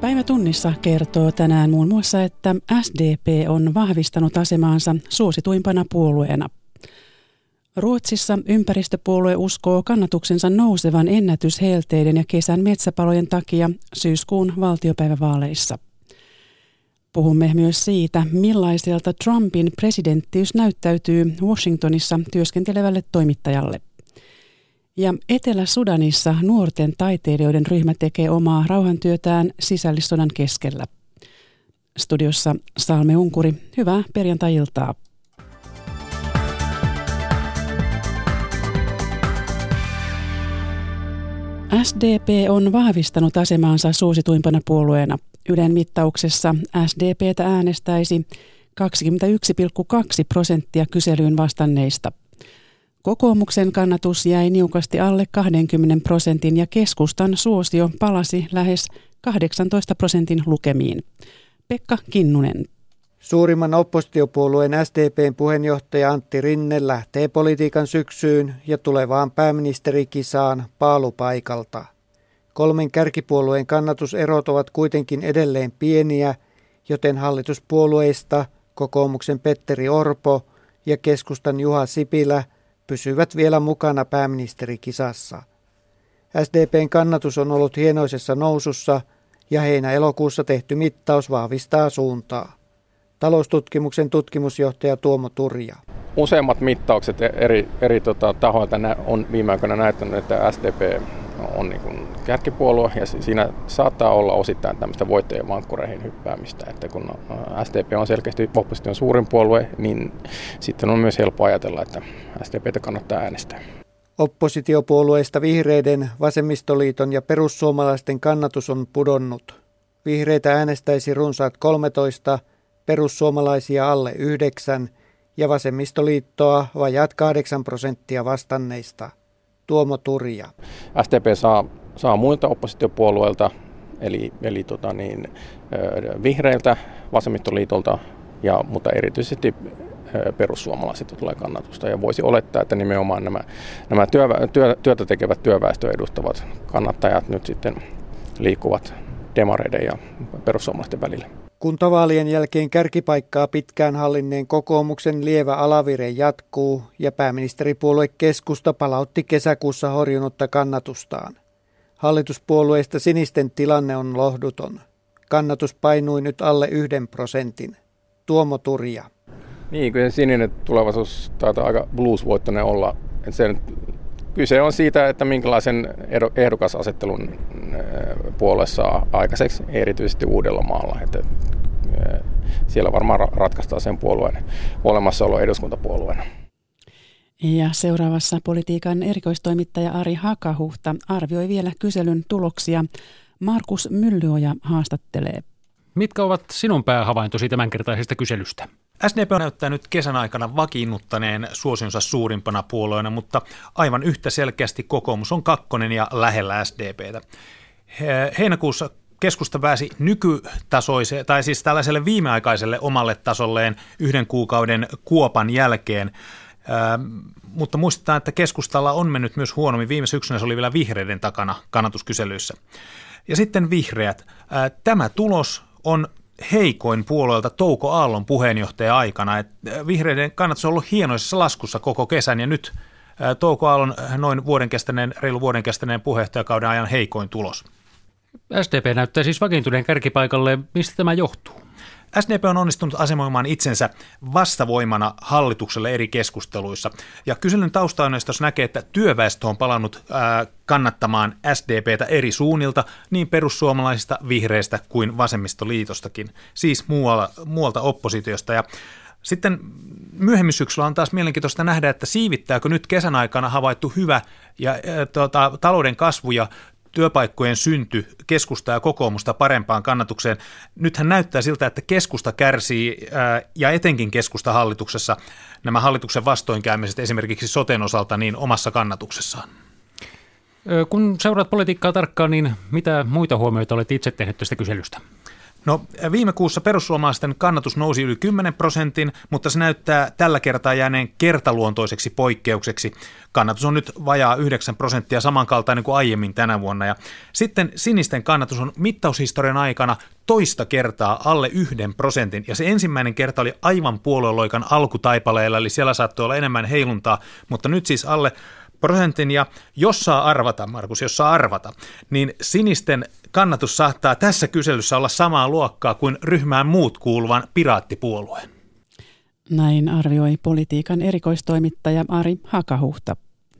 Päivä tunnissa kertoo tänään muun muassa, että SDP on vahvistanut asemaansa suosituimpana puolueena. Ruotsissa ympäristöpuolue uskoo kannatuksensa nousevan ennätyshelteiden ja kesän metsäpalojen takia syyskuun valtiopäivävaaleissa. Puhumme myös siitä, millaiselta Trumpin presidenttiys näyttäytyy Washingtonissa työskentelevälle toimittajalle. Ja Etelä-Sudanissa nuorten taiteilijoiden ryhmä tekee omaa rauhantyötään sisällissodan keskellä. Studiossa Salme Unkuri, hyvää perjantai-iltaa. SDP on vahvistanut asemaansa suosituimpana puolueena. Ylen mittauksessa SDP:tä äänestäisi 21,2% kyselyyn vastanneista. Kokoomuksen kannatus jäi niukasti alle 20% ja keskustan suosio palasi lähes 18% lukemiin. Pekka Kinnunen. Suurimman oppositiopuolueen SDP:n puheenjohtaja Antti Rinne lähtee politiikan syksyyn ja tulevaan pääministerikisaan paalupaikalta. Kolmen kärkipuolueen kannatuserot ovat kuitenkin edelleen pieniä, joten hallituspuolueista kokoomuksen Petteri Orpo ja keskustan Juha Sipilä pysyvät vielä mukana pääministerikisassa. SDP:n kannatus on ollut hienoisessa nousussa ja heinä-elokuussa tehty mittaus vahvistaa suuntaa. Taloustutkimuksen tutkimusjohtaja Tuomo Turja. Useimmat mittaukset eri tahoilta on viime aikoina näyttänyt, että SDP on niin kuin kärkipuolue ja siinä saattaa olla osittain tämmöistä voittajien vankkureihin hyppäämistä. Että kun SDP on selkeästi opposition suurin puolue, niin sitten on myös helppo ajatella, että SDP:tä kannattaa äänestää. Oppositiopuolueista vihreiden, vasemmistoliiton ja perussuomalaisten kannatus on pudonnut. Vihreitä äänestäisi runsaat 13, perussuomalaisia alle 9 ja vasemmistoliittoa vajaat 8% vastanneista. Tuomo Turja. SDP saa muilta oppositiopuolueilta, eli vihreiltä, vasemmistoliitolta, mutta erityisesti perussuomalaisilta tulee kannatusta. Ja voisi olettaa, että nimenomaan nämä työtä tekevät työväestöä edustavat kannattajat nyt sitten liikkuvat demareiden ja perussuomalaisten välillä. Kuntavaalien jälkeen kärkipaikkaa pitkään hallinneen kokoomuksen lievä alavire jatkuu ja pääministeripuolue Keskusta palautti kesäkuussa horjunutta kannatustaan. Hallituspuolueista sinisten tilanne on lohduton. Kannatus painui nyt alle 1%. Tuomo Turja. Niin, kyllä sininen tulevaisuus taitaa aika bluesvoittoinen olla. Kyse on siitä, että minkälaisen ehdokasasettelun puolue saa aikaiseksi, erityisesti Uudellamaalla. Että siellä varmaan ratkaistaan sen puolueen olemassaolo eduskuntapuolueena. Ja seuraavassa politiikan erikoistoimittaja Ari Hakahuhta arvioi vielä kyselyn tuloksia. Markus Myllyoja haastattelee. Mitkä ovat sinun päähavaintosi tämänkertaisesta kyselystä? SDP on näyttänyt kesän aikana vakiinnuttaneen suosionsa suurimpana puolueena, mutta aivan yhtä selkeästi kokoomus on kakkonen ja lähellä SDP:tä. Heinäkuussa keskusta pääsi nykytasoiseen, tai siis tällaiselle viimeaikaiselle omalle tasolleen 1 kuukauden kuopan jälkeen, mutta muistetaan, että keskustalla on mennyt myös huonommin. Viime syksynä se oli vielä vihreiden takana kannatuskyselyissä. Ja sitten vihreät. Tämä tulos on heikoin puolueelta Touko Aallon puheenjohtaja-aikana. Vihreiden kannatus on ollut hienoisessa laskussa koko kesän ja nyt Touko Aallon noin reilu vuoden kestäneen puheenjohtajakauden ajan heikoin tulos. SDP näyttää siis vakiintuneen kärkipaikalle. Mistä tämä johtuu? SDP on onnistunut asemoimaan itsensä vastavoimana hallitukselle eri keskusteluissa. Ja kyselyn tausta-aineistossa näkee, että työväestö on palannut kannattamaan SDP:tä eri suunnilta, niin perussuomalaisista, vihreistä kuin vasemmistoliitostakin, siis muualta oppositiosta. Ja sitten myöhemmin syksyllä on taas mielenkiintoista nähdä, että siivittääkö nyt kesän aikana havaittu hyvä ja talouden kasvu ja työpaikkojen synty keskusta ja kokoomusta parempaan kannatukseen. Nythän näyttää siltä, että keskusta kärsii ja etenkin keskusta hallituksessa nämä hallituksen vastoinkäymiset esimerkiksi soten osalta niin omassa kannatuksessaan. Kun seuraat politiikkaa tarkkaan, niin mitä muita huomioita olet itse tehnyt tästä kyselystä? No viime kuussa perussuomalaisten kannatus nousi yli 10%, mutta se näyttää tällä kertaa jääneen kertaluontoiseksi poikkeukseksi. Kannatus on nyt vajaa 9%, samankaltainen kuin aiemmin tänä vuonna. Ja sitten sinisten kannatus on mittaushistorian aikana toista kertaa alle 1%, ja se ensimmäinen kerta oli aivan puolueloikan alkutaipaleella, eli siellä saattoi olla enemmän heiluntaa, mutta nyt siis alle prosentin, ja jos saa arvata, Markus, niin sinisten kannatus saattaa tässä kyselyssä olla samaa luokkaa kuin ryhmään muut kuuluvan piraattipuolueen. Näin arvioi politiikan erikoistoimittaja Ari Hakahuhta.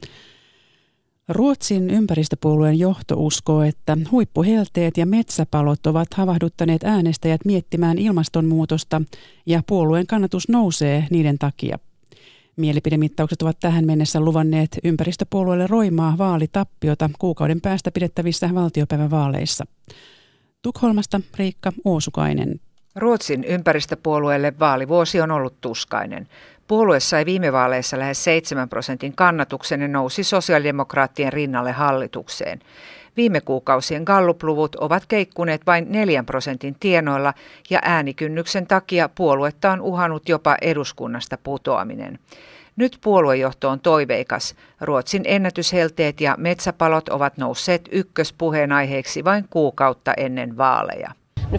Ruotsin ympäristöpuolueen johto uskoo, että huippuhelteet ja metsäpalot ovat havahduttaneet äänestäjät miettimään ilmastonmuutosta ja puolueen kannatus nousee niiden takia. Mielipidemittaukset ovat tähän mennessä luvanneet ympäristöpuolueelle roimaa vaalitappiota kuukauden päästä pidettävissä valtiopäivävaaleissa. Tukholmasta Riikka Uosukainen. Ruotsin ympäristöpuolueelle vaalivuosi on ollut tuskainen. Puolue sai viime vaaleissa lähes 7% kannatuksen ja nousi sosiaalidemokraattien rinnalle hallitukseen. Viime kuukausien gallupluvut ovat keikkuneet vain 4% tienoilla ja äänikynnyksen takia puoluetta on uhannut jopa eduskunnasta putoaminen. Nyt puoluejohto on toiveikas. Ruotsin ennätyshelteet ja metsäpalot ovat nousseet ykköspuheenaiheeksi vain kuukautta ennen vaaleja.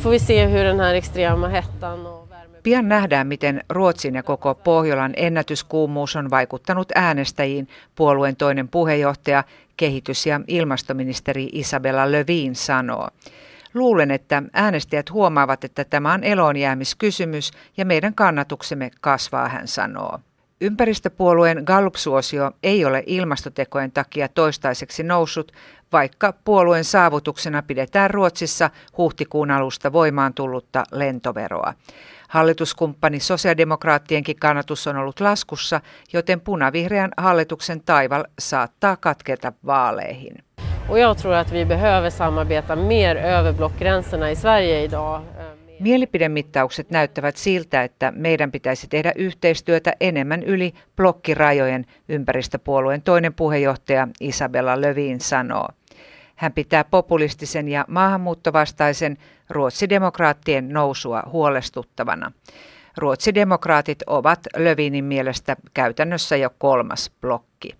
Pian nähdään, miten Ruotsin ja koko Pohjolan ennätyskuumuus on vaikuttanut äänestäjiin, puolueen toinen puheenjohtaja, kehitys- ja ilmastoministeri Isabella Lövin sanoo. Luulen, että äänestäjät huomaavat, että tämä on eloonjäämiskysymys ja meidän kannatuksemme kasvaa, hän sanoo. Ympäristöpuolueen Gallup-suosio ei ole ilmastotekojen takia toistaiseksi noussut, vaikka puolueen saavutuksena pidetään Ruotsissa huhtikuun alusta voimaan tullutta lentoveroa. Hallituskumppani sosiaalidemokraattienkin kannatus on ollut laskussa, joten punavihreän hallituksen taival saattaa katketa vaaleihin. Jag tror att vi behöver samarbeta mer över blockgränserna i Sverige idag. Mielipidemittaukset näyttävät siltä, että meidän pitäisi tehdä yhteistyötä enemmän yli blokkirajojen, ympäristöpuolueen toinen puheenjohtaja Isabella Lövin sanoo. Hän pitää populistisen ja maahanmuuttovastaisen ruotsidemokraattien nousua huolestuttavana. Ruotsidemokraatit ovat Lövinin mielestä käytännössä jo kolmas blokki.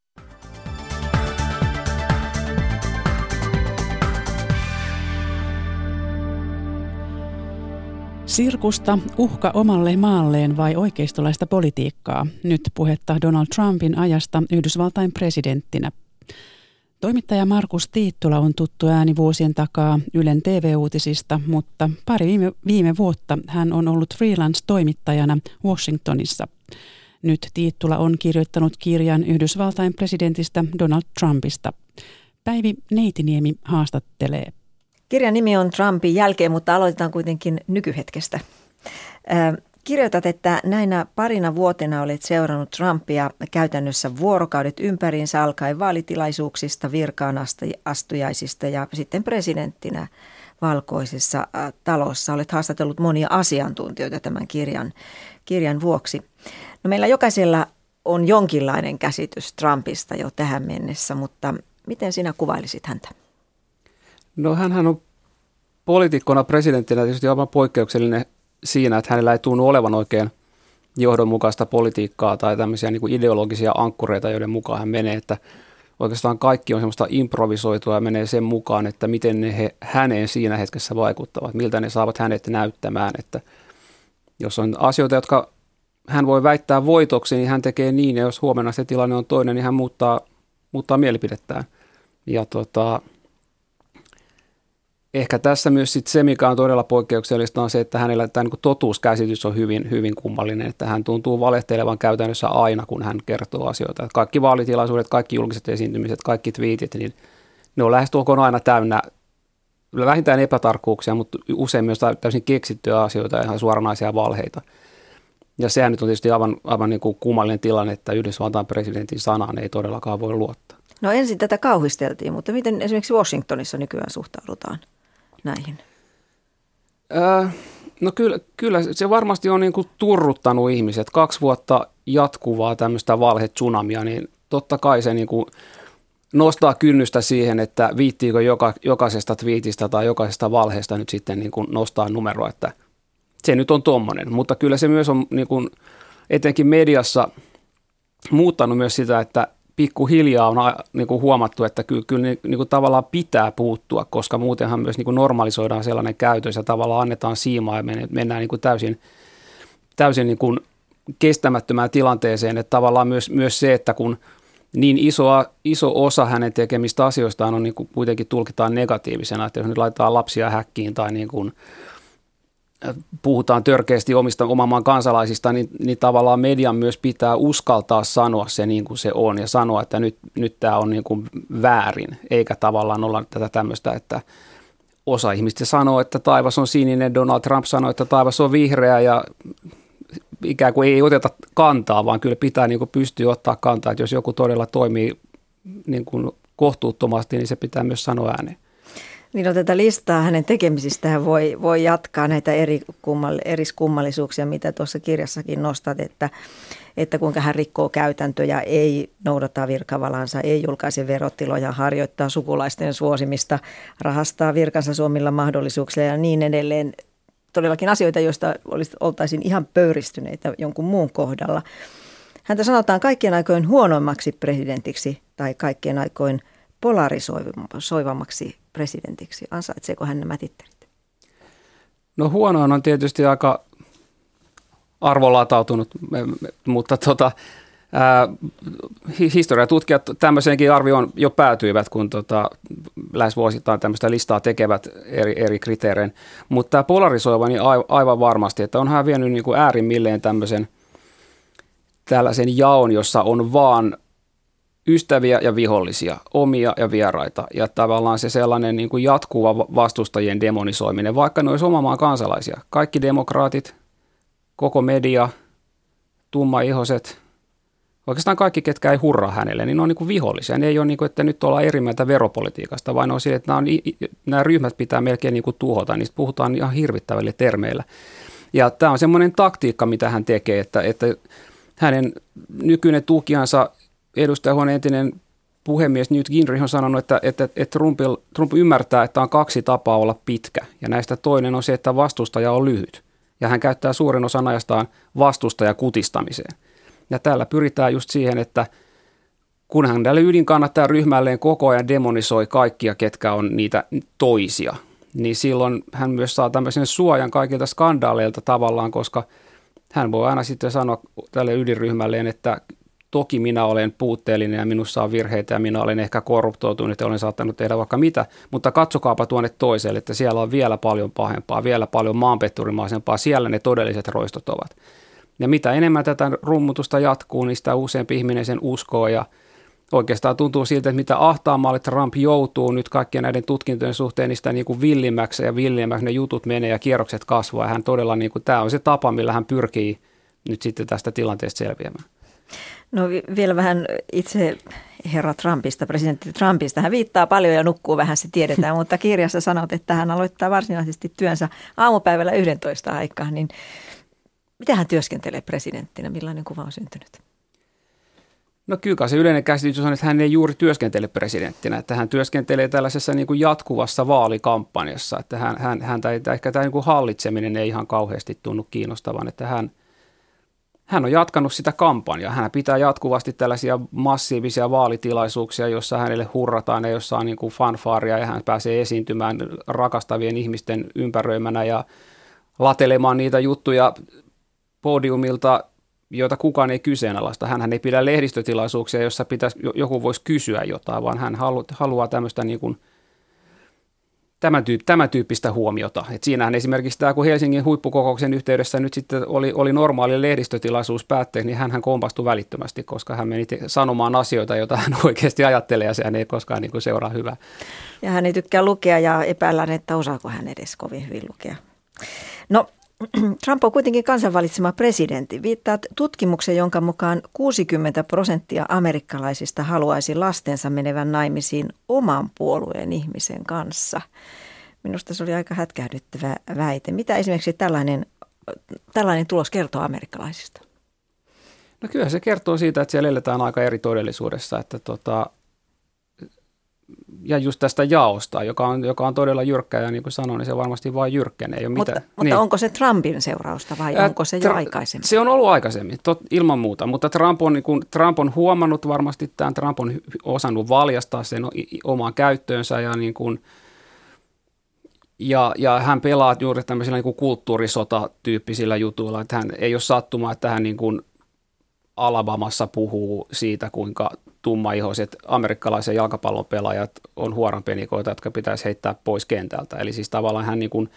Sirkusta, uhka omalle maalleen vai oikeistolaista politiikkaa? Nyt puhetta Donald Trumpin ajasta Yhdysvaltain presidenttinä. Toimittaja Markus Tiittula on tuttu ääni vuosien takaa Ylen TV-uutisista, mutta pari viime vuotta hän on ollut freelance-toimittajana Washingtonissa. Nyt Tiittula on kirjoittanut kirjan Yhdysvaltain presidentistä Donald Trumpista. Päivi Neitiniemi haastattelee. Kirjan nimi on Trumpin jälkeen, mutta aloitetaan kuitenkin nykyhetkestä. Kirjoitat, että näinä parina vuotena olet seurannut Trumpia käytännössä vuorokaudet ympäriinsä alkaen vaalitilaisuuksista, virkaan astujaisista ja sitten presidenttinä Valkoisessa talossa. Olet haastatellut monia asiantuntijoita tämän kirjan vuoksi. No, meillä jokaisella on jonkinlainen käsitys Trumpista jo tähän mennessä, mutta miten sinä kuvailisit häntä? No, hänhän on poliitikkona presidenttinä tietysti aivan poikkeuksellinen siinä, että hänellä ei tunnu olevan oikein johdonmukaista politiikkaa tai tämmöisiä niin kuin ideologisia ankkureita, joiden mukaan hän menee, että oikeastaan kaikki on semmoista improvisoitua ja menee sen mukaan, että miten ne häneen siinä hetkessä vaikuttavat, miltä ne saavat hänet näyttämään, että jos on asioita, jotka hän voi väittää voitoksi, niin hän tekee niin, ja jos huomenna se tilanne on toinen, niin hän muuttaa mielipidettään. Ja ehkä tässä myös sit se, mikä on todella poikkeuksellista, on se, että hänellä tämä niin totuuskäsitys on hyvin, hyvin kummallinen, että hän tuntuu valehtelevan käytännössä aina, kun hän kertoo asioita. Että kaikki vaalitilaisuudet, kaikki julkiset esiintymiset, kaikki twiitit, niin ne on lähestulkoon aina täynnä vähintään epätarkkuuksia, mutta usein myös täysin keksittyjä asioita ja ihan suoranaisia valheita. Ja sehän nyt on tietysti aivan niin kuin kummallinen tilanne, että Yhdysvaltain presidentin sanaan ei todellakaan voi luottaa. No, ensin tätä kauhisteltiin, mutta miten esimerkiksi Washingtonissa nykyään suhtaudutaan näihin? No kyllä se varmasti on niin kuin turruttanut ihmiset. 2 vuotta jatkuvaa tämmöistä valhe-tsunamia, niin totta kai se niin kuin nostaa kynnystä siihen, että viittiikö jokaisesta twiitistä tai jokaisesta valheesta nyt sitten niin kuin nostaa numeroa, että se nyt on tommonen. Mutta kyllä se myös on niin kuin etenkin mediassa muuttanut myös sitä, että pikkuhiljaa on niin kuin huomattu, että kyllä niin kuin tavallaan pitää puuttua, koska muutenhan myös niin kuin normalisoidaan sellainen käytös ja tavallaan annetaan siimaa ja mennään niin kuin täysin niin kuin kestämättömään tilanteeseen, että tavallaan myös se, että kun niin iso osa hänen tekemistä asioistaan on niin kuin kuitenkin tulkitaan negatiivisena, että jos nyt laitetaan lapsia häkkiin tai niin kuin puhutaan törkeästi oman maan kansalaisista, niin tavallaan median myös pitää uskaltaa sanoa se niin kuin se on ja sanoa, että nyt tämä on niin kuin väärin, eikä tavallaan olla tätä tämmöistä, että osa ihmistä sanoo, että taivas on sininen, Donald Trump sanoo, että taivas on vihreä ja ikään kuin ei oteta kantaa, vaan kyllä pitää niin kuin pystyä ottaa kantaa, että jos joku todella toimii niin kuin kohtuuttomasti, niin se pitää myös sanoa ääneen. Niin tätä listaa hänen tekemisistään voi jatkaa näitä eriskummallisuuksia, mitä tuossa kirjassakin nostat, että kuinka hän rikkoo käytäntöjä, ei noudata virkavalansa, ei julkaise verotiloja, harjoittaa sukulaisten suosimista, rahastaa virkansa suomilla mahdollisuuksilla ja niin edelleen. Todellakin asioita, joista oltaisiin ihan pöyristyneitä jonkun muun kohdalla. Häntä sanotaan kaikkien aikojen huonoimmaksi presidentiksi tai kaikkien aikojen polarisoivammaksi presidentiksi. Ansaitseeko hän nämä tittelit? No huonoin on tietysti aika arvolatautunut, mutta historiatutkijat tämmöiseenkin arvioon jo päätyivät, kun lähes vuosittain tämmöistä listaa tekevät eri kriteerein. Mutta tämä polarisoiva niin aivan varmasti, että on hän vienyt niin kuin äärimmilleen tällaisen jaon, jossa on vaan ystäviä ja vihollisia, omia ja vieraita ja tavallaan se sellainen niin kuin jatkuva vastustajien demonisoiminen, vaikka ne olisi oman maan kansalaisia. Kaikki demokraatit, koko media, tummaihoiset, oikeastaan kaikki, ketkä ei hurraa hänelle, niin ne on niin kuin vihollisia. Ne ei ole niin kuin, että nyt ollaan eri mieltä veropolitiikasta, vaan on sille, että nämä ryhmät pitää melkein niin kuin tuhota. Niistä puhutaan ihan hirvittävillä termeillä. Ja tämä on semmoinen taktiikka, mitä hän tekee, että hänen nykyinen tukijansa, edustajahuoneen entinen puhemies Newt Gingrich on sanonut, että Trump ymmärtää, että on kaksi tapaa olla pitkä. Ja näistä toinen on se, että vastustaja on lyhyt. Ja hän käyttää suurin osan ajastaan vastustaja kutistamiseen. Ja tällä pyritään just siihen, että kun hän tälle ydinkannattajan ryhmälleen koko ajan demonisoi kaikkia, ketkä on niitä toisia, niin silloin hän myös saa tämmöisen suojan kaikilta skandaaleilta tavallaan, koska hän voi aina sitten sanoa tälle ydinryhmälleen, että toki minä olen puutteellinen ja minussa on virheitä ja minä olen ehkä korruptoitunut ja olen saattanut tehdä vaikka mitä, mutta katsokaapa tuonne toiselle, että siellä on vielä paljon pahempaa, vielä paljon maanpetturimaisempaa, siellä ne todelliset roistot ovat. Ja mitä enemmän tätä rummutusta jatkuu, niin sitä useampi ihminen sen uskoo ja oikeastaan tuntuu siltä, että mitä ahtaammalle Trump joutuu nyt kaikkien näiden tutkintojen suhteen, niin sitä niin kuin villimmäksi ja villimmäksi ne jutut menee ja kierrokset kasvaa. Ja hän todella, niin kuin, tämä on se tapa, millä hän pyrkii nyt sitten tästä tilanteesta selviämään. No vielä vähän itse herra Trumpista, presidentti Trumpista. Hän viittaa paljon ja nukkuu vähän, se tiedetään, mutta kirjassa sanot, että hän aloittaa varsinaisesti työnsä aamupäivällä 11 aikaan. Niin miten hän työskentelee presidenttinä? Millainen kuva on syntynyt? No kyllä se yleinen käsitys on, että hän ei juuri työskentele presidenttinä, että hän työskentelee tällaisessa niin kuin jatkuvassa vaalikampanjassa, että häntä ehkä tämä niin kuin hallitseminen ei ihan kauheasti tunnu kiinnostavan, että hän on jatkanut sitä kampanjaa. Hän pitää jatkuvasti tällaisia massiivisia vaalitilaisuuksia, jossa hänelle hurrataan ja jossa on niin kuin fanfaaria ja hän pääsee esiintymään rakastavien ihmisten ympäröimänä ja latelemaan niitä juttuja podiumilta, joita kukaan ei kyseenalaista. Hänhän ei pidä lehdistötilaisuuksia, jossa joku voisi kysyä jotain, vaan hän haluaa tämmöistä niin kuin tämän tyyppistä huomiota. Et siinähän esimerkiksi tämä, kun Helsingin huippukokouksen yhteydessä nyt sitten oli normaali lehdistötilaisuus päätteeksi, niin hän kompastui välittömästi, koska hän meni sanomaan asioita, joita hän oikeasti ajattelee ja sehän ei koskaan niin kuin seuraa hyvää. Ja hän ei tykkää lukea ja epäillään, että osaako hän edes kovin hyvin lukea. No, Trump on kuitenkin kansanvalitsema presidentti. Viittaat tutkimuksen, jonka mukaan 60% amerikkalaisista haluaisi lastensa menevän naimisiin oman puolueen ihmisen kanssa. Minusta se oli aika hätkähdyttävä väite. Mitä esimerkiksi tällainen tulos kertoo amerikkalaisista? No kyllä se kertoo siitä, että siellä eletään aika eri todellisuudessa, että ja just tästä jaosta, joka on todella jyrkkä ja niin kuin sanoin, niin se varmasti vain jyrkkenee. Mutta niin. Onko se Trumpin seurausta vai onko se jo aikaisemmin? Se on ollut aikaisemmin, ilman muuta, mutta Trump on huomannut varmasti tämän, Trump on osannut valjastaa sen omaan käyttöönsä ja niin kuin ja hän pelaa juuri tämmöisillä niin kuin kulttuurisota-tyyppisillä jutuilla, että hän ei ole sattumaa, että hän niin kuin Alabamassa puhuu siitä, kuinka tummaihoiset amerikkalaisen jalkapallon pelaajat on huoranpenikoita, jotka pitäisi heittää pois kentältä. Eli siis tavallaan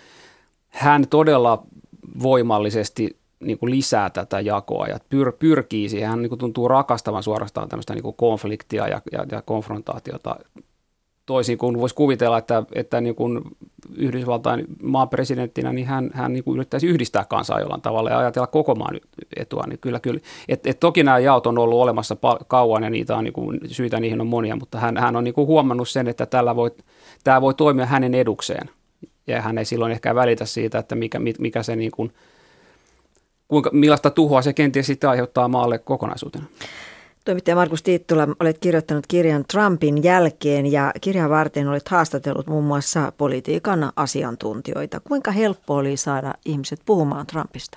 hän todella voimallisesti niin kuin lisää tätä jakoa ja pyrkii siihen. Hän niin kuin tuntuu rakastavan suorastaan tämmöistä niin kuin konfliktia ja konfrontaatiota. Toisin kuin voisi kuvitella, että niin kuin Yhdysvaltain maan presidenttinä, niin hän niin kuin yrittäisi yhdistää kansaa jollain tavalla ja ajatella koko maan etua. Niin kyllä. Toki nämä jaot on ollut olemassa kauan ja niitä on, niin kuin, syitä niihin on monia, mutta hän on niin kuin huomannut sen, että tämä voi toimia hänen edukseen. Ja hän ei silloin ehkä välitä siitä, että mikä se niin kuin, millaista tuhoa se kenties sitten aiheuttaa maalle kokonaisuutena. Toimittaja Markus Tiittula, olet kirjoittanut kirjan Trumpin jälkeen ja kirjan varten olet haastatellut muun muassa politiikan asiantuntijoita. Kuinka helppo oli saada ihmiset puhumaan Trumpista?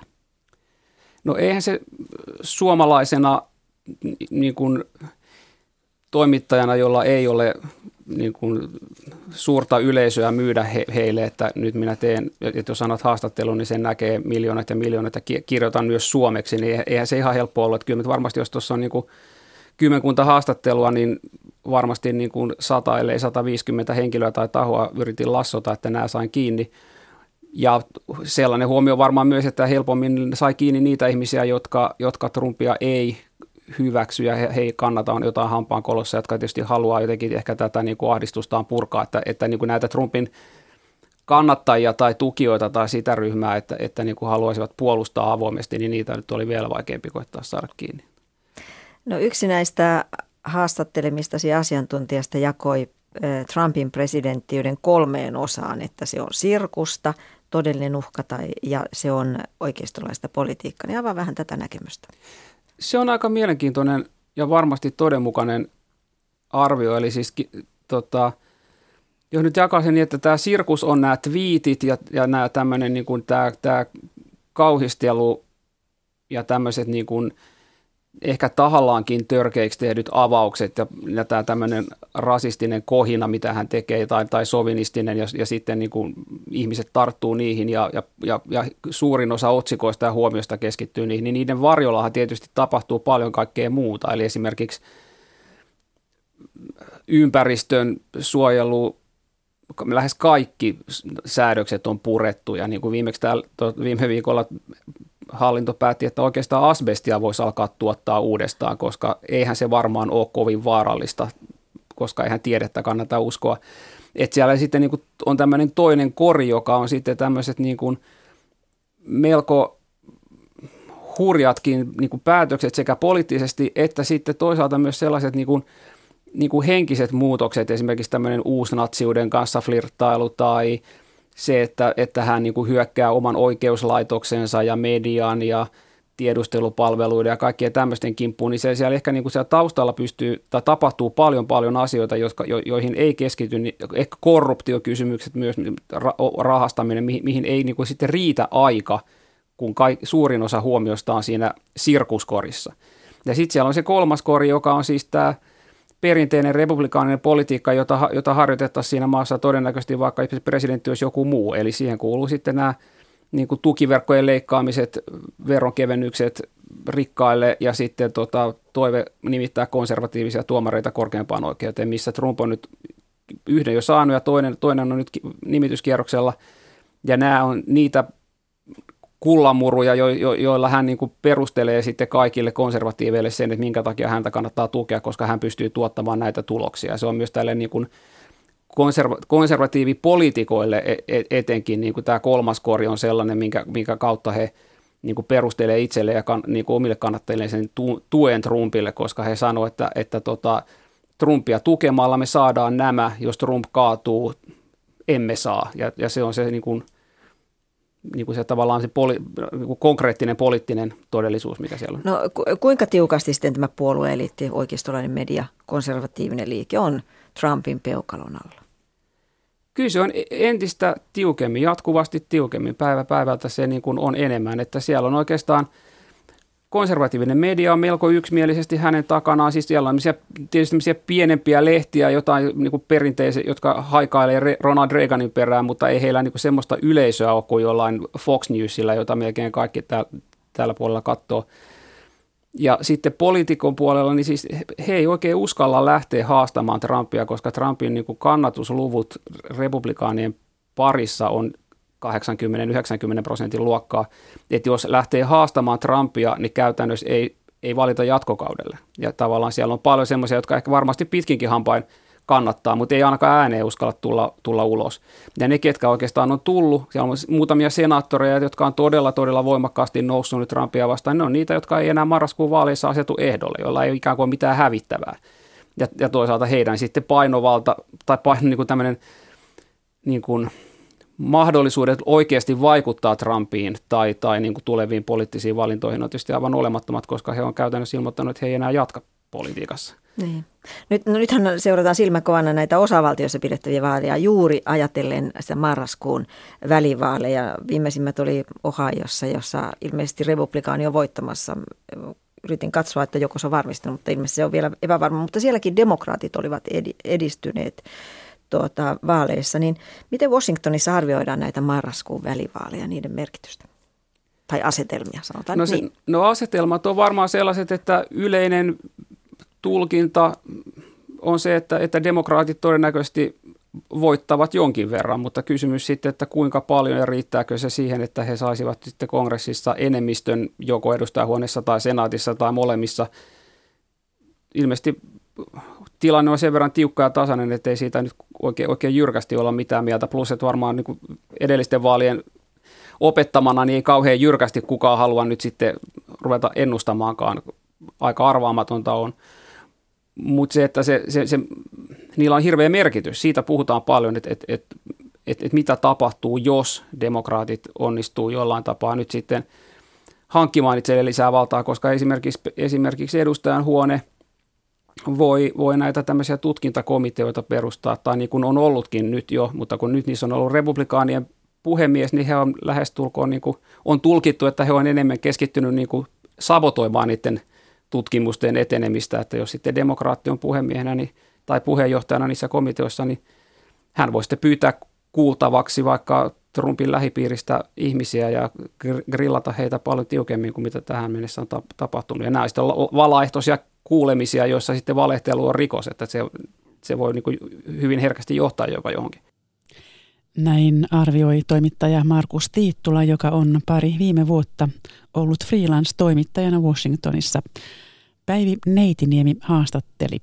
No eihän se suomalaisena niin kuin toimittajana, jolla ei ole niin kuin suurta yleisöä myydä heille, että nyt minä teen, että jos annat haastattelun, niin sen näkee miljoonat ja miljoonat ja kirjoitan myös suomeksi, niin eihän se ihan helppo ollut. Että kyllä varmasti, jos tuossa on niin kuin 10 haastattelua, niin varmasti niin kuin 100 ellei 150 henkilöä tai tahoa yritin lassota, että nämä sain kiinni. Ja sellainen huomio varmaan myös, että helpommin sai kiinni niitä ihmisiä, jotka Trumpia ei hyväksy ja he kannata jotain hampaankolossa, jotka tietysti haluaa jotenkin ehkä tätä niin kuin ahdistustaan purkaa, että niin kuin näitä Trumpin kannattajia tai tukijoita tai sitä ryhmää, että niin kuin haluaisivat puolustaa avoimesti, niin niitä nyt oli vielä vaikeampi koittaa saada kiinni. No yksi näistä haastattelemistasi asiantuntijasta jakoi Trumpin presidenttiyden 3 osaan, että se on sirkusta, todellinen uhka ja se on oikeistolaista politiikkaa. Niin avaa vähän tätä näkemystä. Se on aika mielenkiintoinen ja varmasti todenmukainen arvio. Eli siis jos nyt jakaa sen niin, että tämä sirkus on nämä twiitit ja nämä tämmöinen niin kuin tämä kauhistelu ja tämmöiset niin kuin ehkä tahallaankin törkeiksi tehdyt avaukset ja tämä tämmöinen rasistinen kohina, mitä hän tekee, tai sovinistinen, ja sitten niin kuin ihmiset tarttuu niihin, ja suurin osa otsikoista ja huomioista keskittyy niihin, niin niiden varjollahan tietysti tapahtuu paljon kaikkea muuta, eli esimerkiksi ympäristön suojelu, lähes kaikki säädökset on purettu, ja niin kuin viime viikolla hallinto päätti, että oikeastaan asbestia voisi alkaa tuottaa uudestaan, koska eihän se varmaan ole kovin vaarallista, koska eihän tiedettä kannata uskoa. Että siellä sitten niin kuin on tämmöinen toinen kori, joka on sitten tämmöiset niin kuin melko hurjatkin niin kuin päätökset sekä poliittisesti että sitten toisaalta myös sellaiset niin kuin henkiset muutokset, esimerkiksi tämmöinen uusnatsiuden kanssa flirttailu tai se, että hän niin kuin hyökkää oman oikeuslaitoksensa ja median ja tiedustelupalveluiden ja kaikkien tämmöisten kimppuun, niin siellä ehkä niin kuin siellä taustalla tapahtuu paljon asioita, joihin ei keskity, ehkä korruptiokysymykset myös, rahastaminen, mihin ei niin kuin sitten riitä aika, kun suurin osa huomiosta on siinä sirkuskorissa. Ja sitten siellä on se 3. kori, joka on siis tämä perinteinen republikaaninen politiikka, jota harjoitettaisiin siinä maassa todennäköisesti, vaikka presidentti olisi joku muu. Eli siihen kuuluu sitten nämä niin kuin tukiverkkojen leikkaamiset, veronkevennykset rikkaille ja sitten toive nimittää konservatiivisia tuomareita korkeampaan oikeuteen, missä Trump on nyt yhden jo saanut ja toinen on nyt nimityskierroksella. Ja nämä on niitä kullanmuruja, joilla hän niin kuin perustelee sitten kaikille konservatiiveille sen, että minkä takia häntä kannattaa tukea, koska hän pystyy tuottamaan näitä tuloksia. Se on myös tälle niin kuin konservatiivipoliitikoille etenkin niin kuin tämä 3. kori on sellainen, minkä kautta he niin kuin perustelee itselle ja niin kuin omille kannattajille sen tuen Trumpille, koska he sanoo, että Trumpia tukemalla me saadaan nämä, jos Trump kaatuu, emme saa. Ja se on se niin kuin se tavallaan se konkreettinen poliittinen todellisuus, mikä siellä on. No kuinka tiukasti sitten tämä puolueeliitti, oikeistolainen media, konservatiivinen liike on Trumpin peukalon alla? Kyllä se on entistä tiukemmin, jatkuvasti tiukemmin, päivä päivältä se niin kuin on enemmän, että siellä on oikeastaan konservatiivinen media on melko yksimielisesti hänen takanaan, siis siellä on tietysti pienempiä lehtiä, jotain niin kuin perinteisiä, jotka haikailee Ronald Reaganin perään, mutta ei heillä niin kuin semmoista yleisöä ole kuin jollain Fox Newsilla, jota melkein kaikki tällä puolella katsoo. Ja sitten poliitikon puolella, niin siis he ei oikein uskalla lähteä haastamaan Trumpia, koska Trumpin niin kuin kannatusluvut republikaanien parissa on 80-90% luokkaa. Että jos lähtee haastamaan Trumpia, niin käytännössä ei valita jatkokaudelle. Ja tavallaan siellä on paljon semmoisia, jotka ehkä varmasti pitkinkin hampain kannattaa, mutta ei ainakaan ääneen uskalla tulla ulos. Ja ne, ketkä oikeastaan on tullut, siellä on muutamia senaattoreja, jotka on todella voimakkaasti noussut nyt Trumpia vastaan. Ne on niitä, jotka ei enää marraskuun vaaleissa asetu ehdolle, joilla ei ikään kuin mitään hävittävää. Ja toisaalta heidän sitten painovalta tai niin kuin tämmöinen niin kuin mahdollisuudet oikeasti vaikuttaa Trumpiin tai niin kuin tuleviin poliittisiin valintoihin on tietysti aivan olemattomat, koska he on käytännössä ilmoittanut, että he ei enää jatka politiikassa. Niin. Nythän seurataan silmäkovana näitä osavaltioissa pidettäviä vaaleja juuri ajatellen sitä marraskuun välivaaleja. Viimeisimmät oli Ohiossa, jossa ilmeisesti republikaani on voittamassa. Yritin katsoa, että joko se on varmistunut, mutta ilmeisesti se on vielä epävarma. Mutta sielläkin demokraatit olivat edistyneet vaaleissa. Niin miten Washingtonissa arvioidaan näitä marraskuun välivaaleja, niiden merkitystä? Tai asetelmia, sanotaan niin. No asetelmat on varmaan sellaiset, että yleinen tulkinta on se, että demokraatit todennäköisesti voittavat jonkin verran, mutta kysymys sitten, että kuinka paljon ja riittääkö se siihen, että he saisivat sitten kongressissa enemmistön joko edustajahuoneessa tai senaatissa tai molemmissa. Ilmeisesti tilanne on sen verran tiukka ja tasainen, että ei siitä nyt oikein jyrkästi olla mitään mieltä, plus että varmaan niin kuin edellisten vaalien opettamana niin ei kauhean jyrkästi kukaan halua nyt sitten ruveta ennustamaankaan, aika arvaamatonta on. Mutta se, että se, niillä on hirveä merkitys. Siitä puhutaan paljon, että mitä tapahtuu, jos demokraatit onnistuu jollain tapaa nyt sitten hankkimaan itselleen lisää valtaa, koska esimerkiksi edustajan huone voi näitä tämmöisiä tutkintakomiteoita perustaa, tai niin kuin on ollutkin nyt jo, mutta kun nyt niissä on ollut republikaanien puhemies, niin he on lähestulkoon, niin kuin, on tulkittu, että he on enemmän keskittynyt niin kuin sabotoimaan niiden tutkimusten etenemistä, että jos sitten demokraatti on puhemiehenä tai puheenjohtajana niissä komiteoissa, niin hän voi sitten pyytää kuultavaksi vaikka Trumpin lähipiiristä ihmisiä ja grillata heitä paljon tiukemmin kuin mitä tähän mennessä on tapahtunut. Ja nämä on sitten valaehtoisia kuulemisia, joissa sitten valehtelu on rikos, että se voi niin kuin hyvin herkästi johtaa jopa johonkin. Näin arvioi toimittaja Markus Tiittula, joka on pari viime vuotta ollut freelance-toimittajana Washingtonissa. Päivi Neitiniemi haastatteli.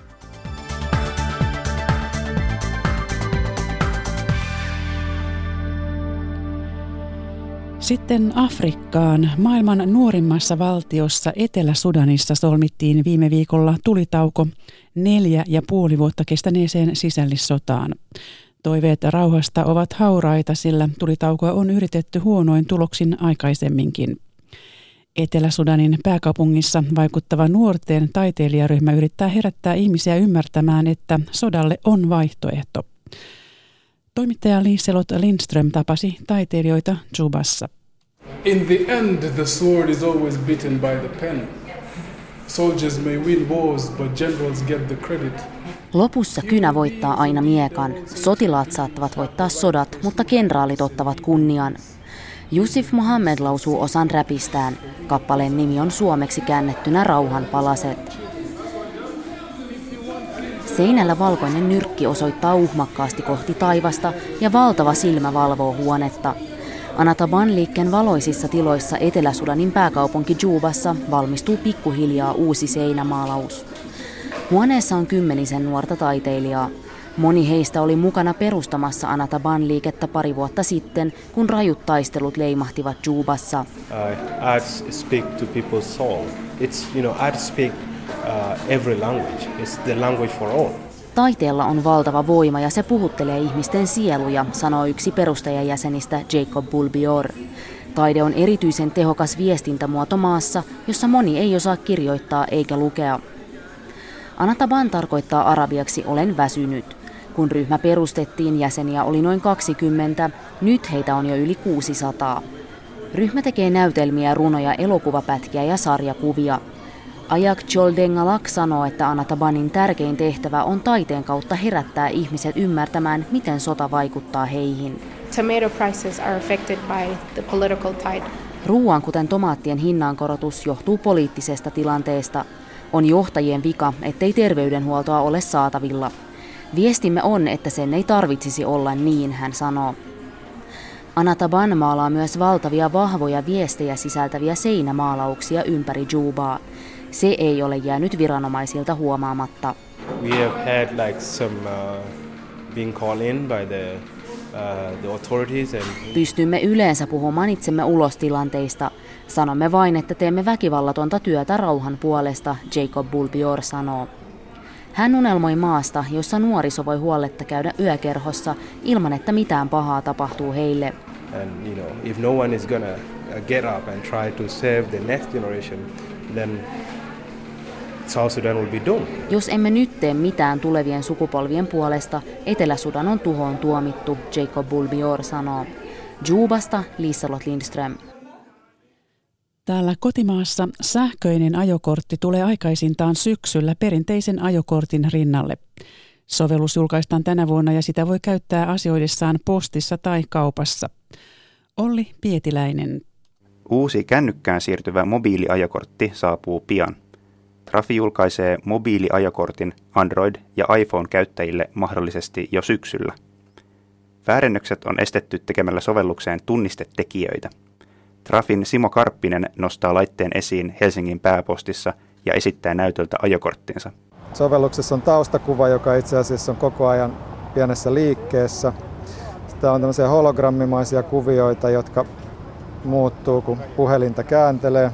Sitten Afrikkaan. Maailman nuorimmassa valtiossa Etelä-Sudanissa solmittiin viime viikolla tulitauko 4,5 vuotta kestäneeseen sisällissotaan. Toiveet rauhasta ovat hauraita, sillä tulitaukoa on yritetty huonoin tuloksin aikaisemminkin. Etelä-Sudanin pääkaupungissa vaikuttava nuorten taiteilijaryhmä yrittää herättää ihmisiä ymmärtämään, että sodalle on vaihtoehto. Toimittaja Liselott Lindström tapasi taiteilijoita Jubassa. In the end, the sword is always beaten by the pen. Soldiers may win wars, but generals get the credit. Lopussa kynä voittaa aina miekan. Sotilaat saattavat voittaa sodat, mutta kenraalit ottavat kunnian. Yusuf Mohammed lausuu osan räpistään. Kappaleen nimi on suomeksi käännettynä Rauhan palaset. Seinällä valkoinen nyrkki osoittaa uhmakkaasti kohti taivasta ja valtava silmä valvoo huonetta. Anataban-liikkeen valoisissa tiloissa Etelä-Sudanin pääkaupunki Jubassa valmistuu pikkuhiljaa uusi seinämaalaus. Huoneessa on 10 nuorta taiteilijaa. Moni heistä oli mukana perustamassa Anataban-liikettä pari vuotta sitten, kun rajut taistelut leimahtivat Jubassa. Arts speak to people's soul. It's, art speak every language. It's the language for all. Taiteella on valtava voima ja se puhuttelee ihmisten sieluja, sanoo yksi perustajajäsenistä Jacob Bulbior. Taide on erityisen tehokas viestintämuoto maassa, jossa moni ei osaa kirjoittaa eikä lukea. Anataban tarkoittaa arabiaksi olen väsynyt. Kun ryhmä perustettiin, jäseniä oli noin 20, nyt heitä on jo yli 600. Ryhmä tekee näytelmiä, runoja, elokuvapätkiä ja sarjakuvia. Ayak Joldengalak sanoo, että Anatabanin tärkein tehtävä on taiteen kautta herättää ihmiset ymmärtämään, miten sota vaikuttaa heihin. Tomato prices are affected by the political tide. Ruoan, kuten tomaattien hinnankorotus, johtuu poliittisesta tilanteesta. On johtajien vika, ettei terveydenhuoltoa ole saatavilla. Viestimme on, että sen ei tarvitsisi olla niin, hän sanoo. Anataban maalaa myös valtavia vahvoja viestejä sisältäviä seinämaalauksia ympäri Jubaa. Se ei ole jäänyt viranomaisilta huomaamatta. We have had like some being called in by the authorities and Pystymme yleensä puhumaan itsemme ulos tilanteista. Sanomme vain, että teemme väkivallatonta työtä rauhan puolesta, Jacob Bulbior sanoo. Hän unelmoi maasta, jossa nuoriso voi huoletta käydä yökerhossa ilman, että mitään pahaa tapahtuu heille. and if no one is gonna get up and try to save the next generation, then South Sudan will be doomed. Jos emme nyt tee mitään tulevien sukupolvien puolesta, Etelä-Sudan on tuhoon tuomittu, Jacob Bulbior sanoo. Jubasta Liselott Lindström. Täällä kotimaassa sähköinen ajokortti tulee aikaisintaan syksyllä perinteisen ajokortin rinnalle. Sovellus julkaistaan tänä vuonna ja sitä voi käyttää asioidessaan postissa tai kaupassa. Olli Pietiläinen. Uusi kännykkään siirtyvä mobiiliajokortti saapuu pian. Trafi julkaisee mobiiliajokortin Android- ja iPhone-käyttäjille mahdollisesti jo syksyllä. Väärennökset on estetty tekemällä sovellukseen tunnistetekijöitä. Trafin Simo Karppinen nostaa laitteen esiin Helsingin pääpostissa ja esittää näytöltä ajokorttinsa. Sovelluksessa on taustakuva, joka itse asiassa on koko ajan pienessä liikkeessä. Sitten on tämmöisiä hologrammimaisia kuvioita, jotka muuttuu, kun puhelinta kääntelee.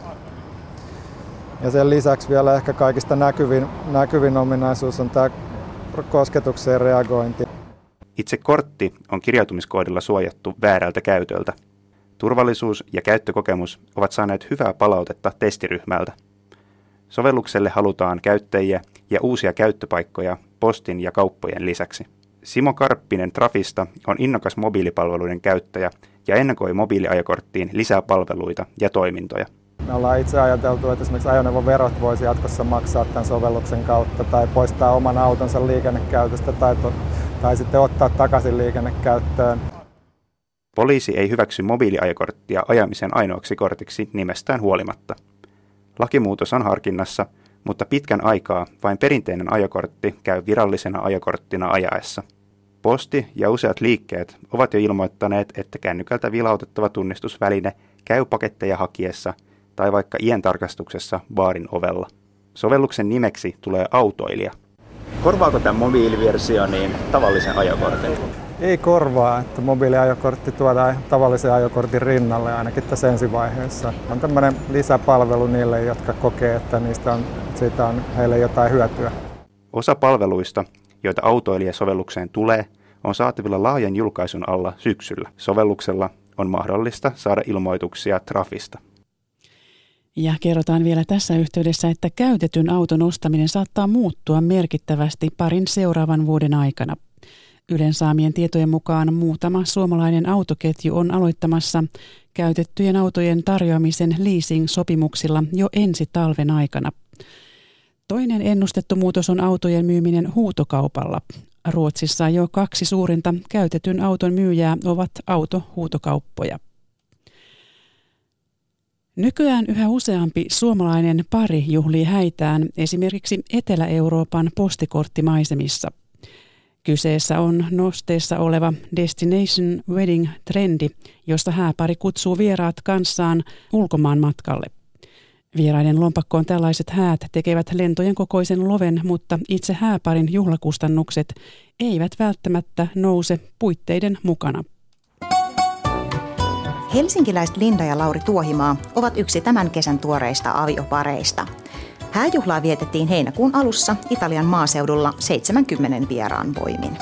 Ja sen lisäksi vielä ehkä kaikista näkyvin ominaisuus on tämä kosketukseen reagointi. Itse kortti on kirjautumiskoodilla suojattu väärältä käytöltä. Turvallisuus ja käyttökokemus ovat saaneet hyvää palautetta testiryhmältä. Sovellukselle halutaan käyttäjiä ja uusia käyttöpaikkoja postin ja kauppojen lisäksi. Simo Karppinen Trafista on innokas mobiilipalveluiden käyttäjä ja ennakoi mobiiliajokorttiin lisää palveluita ja toimintoja. Me ollaan itse ajateltu, että esimerkiksi ajoneuvoverot voisi jatkossa maksaa tämän sovelluksen kautta tai poistaa oman autonsa liikennekäytöstä tai sitten ottaa takaisin liikennekäyttöön. Poliisi ei hyväksy mobiiliajokorttia ajamisen ainoaksi kortiksi nimestään huolimatta. Lakimuutos on harkinnassa, mutta pitkän aikaa vain perinteinen ajokortti käy virallisena ajokorttina ajaessa. Posti ja useat liikkeet ovat jo ilmoittaneet, että kännykältä vilautettava tunnistusväline käy paketteja hakiessa tai vaikka iäntarkastuksessa baarin ovella. Sovelluksen nimeksi tulee autoilija. Korvaako tämä mobiiliversio tavallisen ajokortin? Ei korvaa, että mobiiliajokortti tuodaan tavallisen ajokortin rinnalle ainakin tässä ensivaiheessa. On tämmöinen lisäpalvelu niille, jotka kokee, että siitä on heille jotain hyötyä. Osa palveluista, joita autoilijasovellukseen tulee, on saatavilla laajan julkaisun alla syksyllä. Sovelluksella on mahdollista saada ilmoituksia Trafista. Ja kerrotaan vielä tässä yhteydessä, että käytetyn auton ostaminen saattaa muuttua merkittävästi parin seuraavan vuoden aikana. Ylen saamien tietojen mukaan muutama suomalainen autoketju on aloittamassa käytettyjen autojen tarjoamisen leasing-sopimuksilla jo ensi talven aikana. Toinen ennustettu muutos on autojen myyminen huutokaupalla. Ruotsissa jo 2 suurinta käytetyn auton myyjää ovat autohuutokauppoja. Nykyään yhä useampi suomalainen pari juhlii häitään esimerkiksi Etelä-Euroopan postikorttimaisemissa. Kyseessä on nosteessa oleva Destination Wedding-trendi, jossa hääpari kutsuu vieraat kanssaan ulkomaan matkalle. Vieraiden lompakkoon tällaiset häät tekevät lentojen kokoisen loven, mutta itse hääparin juhlakustannukset eivät välttämättä nouse puitteiden mukana. Helsinkiläiset Linda ja Lauri Tuohimaa ovat yksi tämän kesän tuoreista aviopareista. Hääjuhlaa vietettiin heinäkuun alussa Italian maaseudulla 70 vieraan voimin.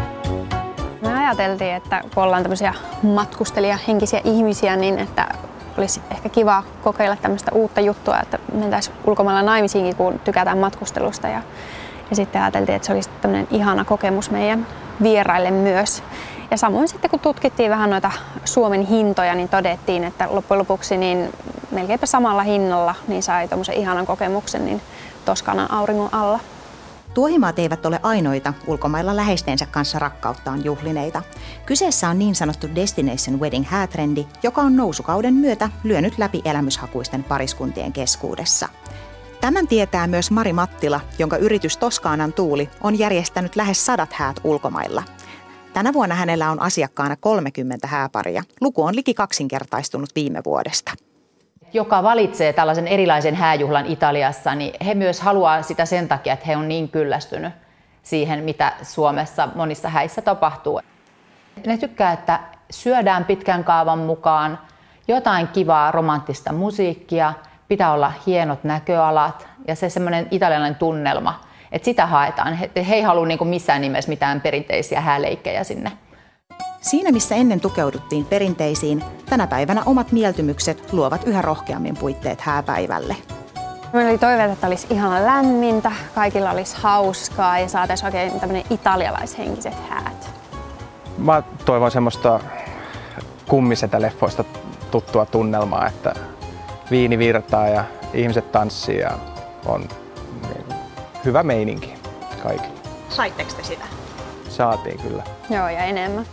Me ajateltiin, että kun ollaan tämmöisiä matkustelijahenkisiä ihmisiä, niin että olisi ehkä kiva kokeilla tämmöistä uutta juttua, että mentäisiin ulkomailla naimisiinkin, kun tykätään matkustelusta. Ja sitten ajateltiin, että se olisi tämmöinen ihana kokemus meidän vieraille myös. Ja samoin sitten kun tutkittiin vähän noita Suomen hintoja, niin todettiin, että loppujen lopuksi niin melkeinpä samalla hinnalla niin sai tommoisen ihanan kokemuksen niin Toskanan auringon alla. Tuohimaat eivät ole ainoita ulkomailla läheistensä kanssa rakkauttaan juhlineita. Kyseessä on niin sanottu Destination Wedding häätrendi, joka on nousukauden myötä lyönyt läpi elämyshakuisten pariskuntien keskuudessa. Tämän tietää myös Mari Mattila, jonka yritys Toskanan tuuli on järjestänyt lähes 100 häät ulkomailla. Tänä vuonna hänellä on asiakkaana 30 hääparia. Luku on liki kaksinkertaistunut viime vuodesta. Joka valitsee tällaisen erilaisen hääjuhlan Italiassa, niin he myös haluaa sitä sen takia, että he on niin kyllästynyt siihen, mitä Suomessa monissa häissä tapahtuu. Ne tykkää, että syödään pitkän kaavan mukaan, jotain kivaa romanttista musiikkia, pitää olla hienot näköalat ja se semmoinen italialainen tunnelma, että sitä haetaan. He ei halua niin kuin missään nimessä mitään perinteisiä hääleikkejä sinne. Siinä missä ennen tukeuduttiin perinteisiin, tänä päivänä omat mieltymykset luovat yhä rohkeammin puitteet hääpäivälle. Meillä oli toiveita, että olisi ihan lämmintä, kaikilla olisi hauskaa ja saataisiin oikein tämmöinen italialaishenkiset häät. Mä toivon semmoista kummisetä-leffoista tuttua tunnelmaa, että viini virtaa ja ihmiset tanssii ja on hyvä meininki kaikille. Saitteko te sitä? Saatiin kyllä. Joo, ja enemmän.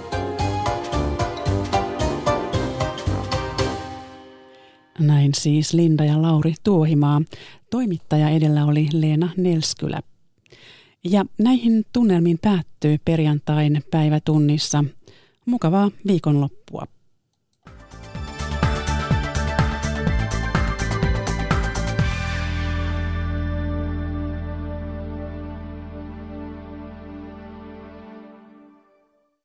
Näin siis Linda ja Lauri Tuohimaa. Toimittaja edellä oli Leena Nelskylä. Ja näihin tunnelmiin päättyy perjantain päivätunnissa. Mukavaa viikonloppua.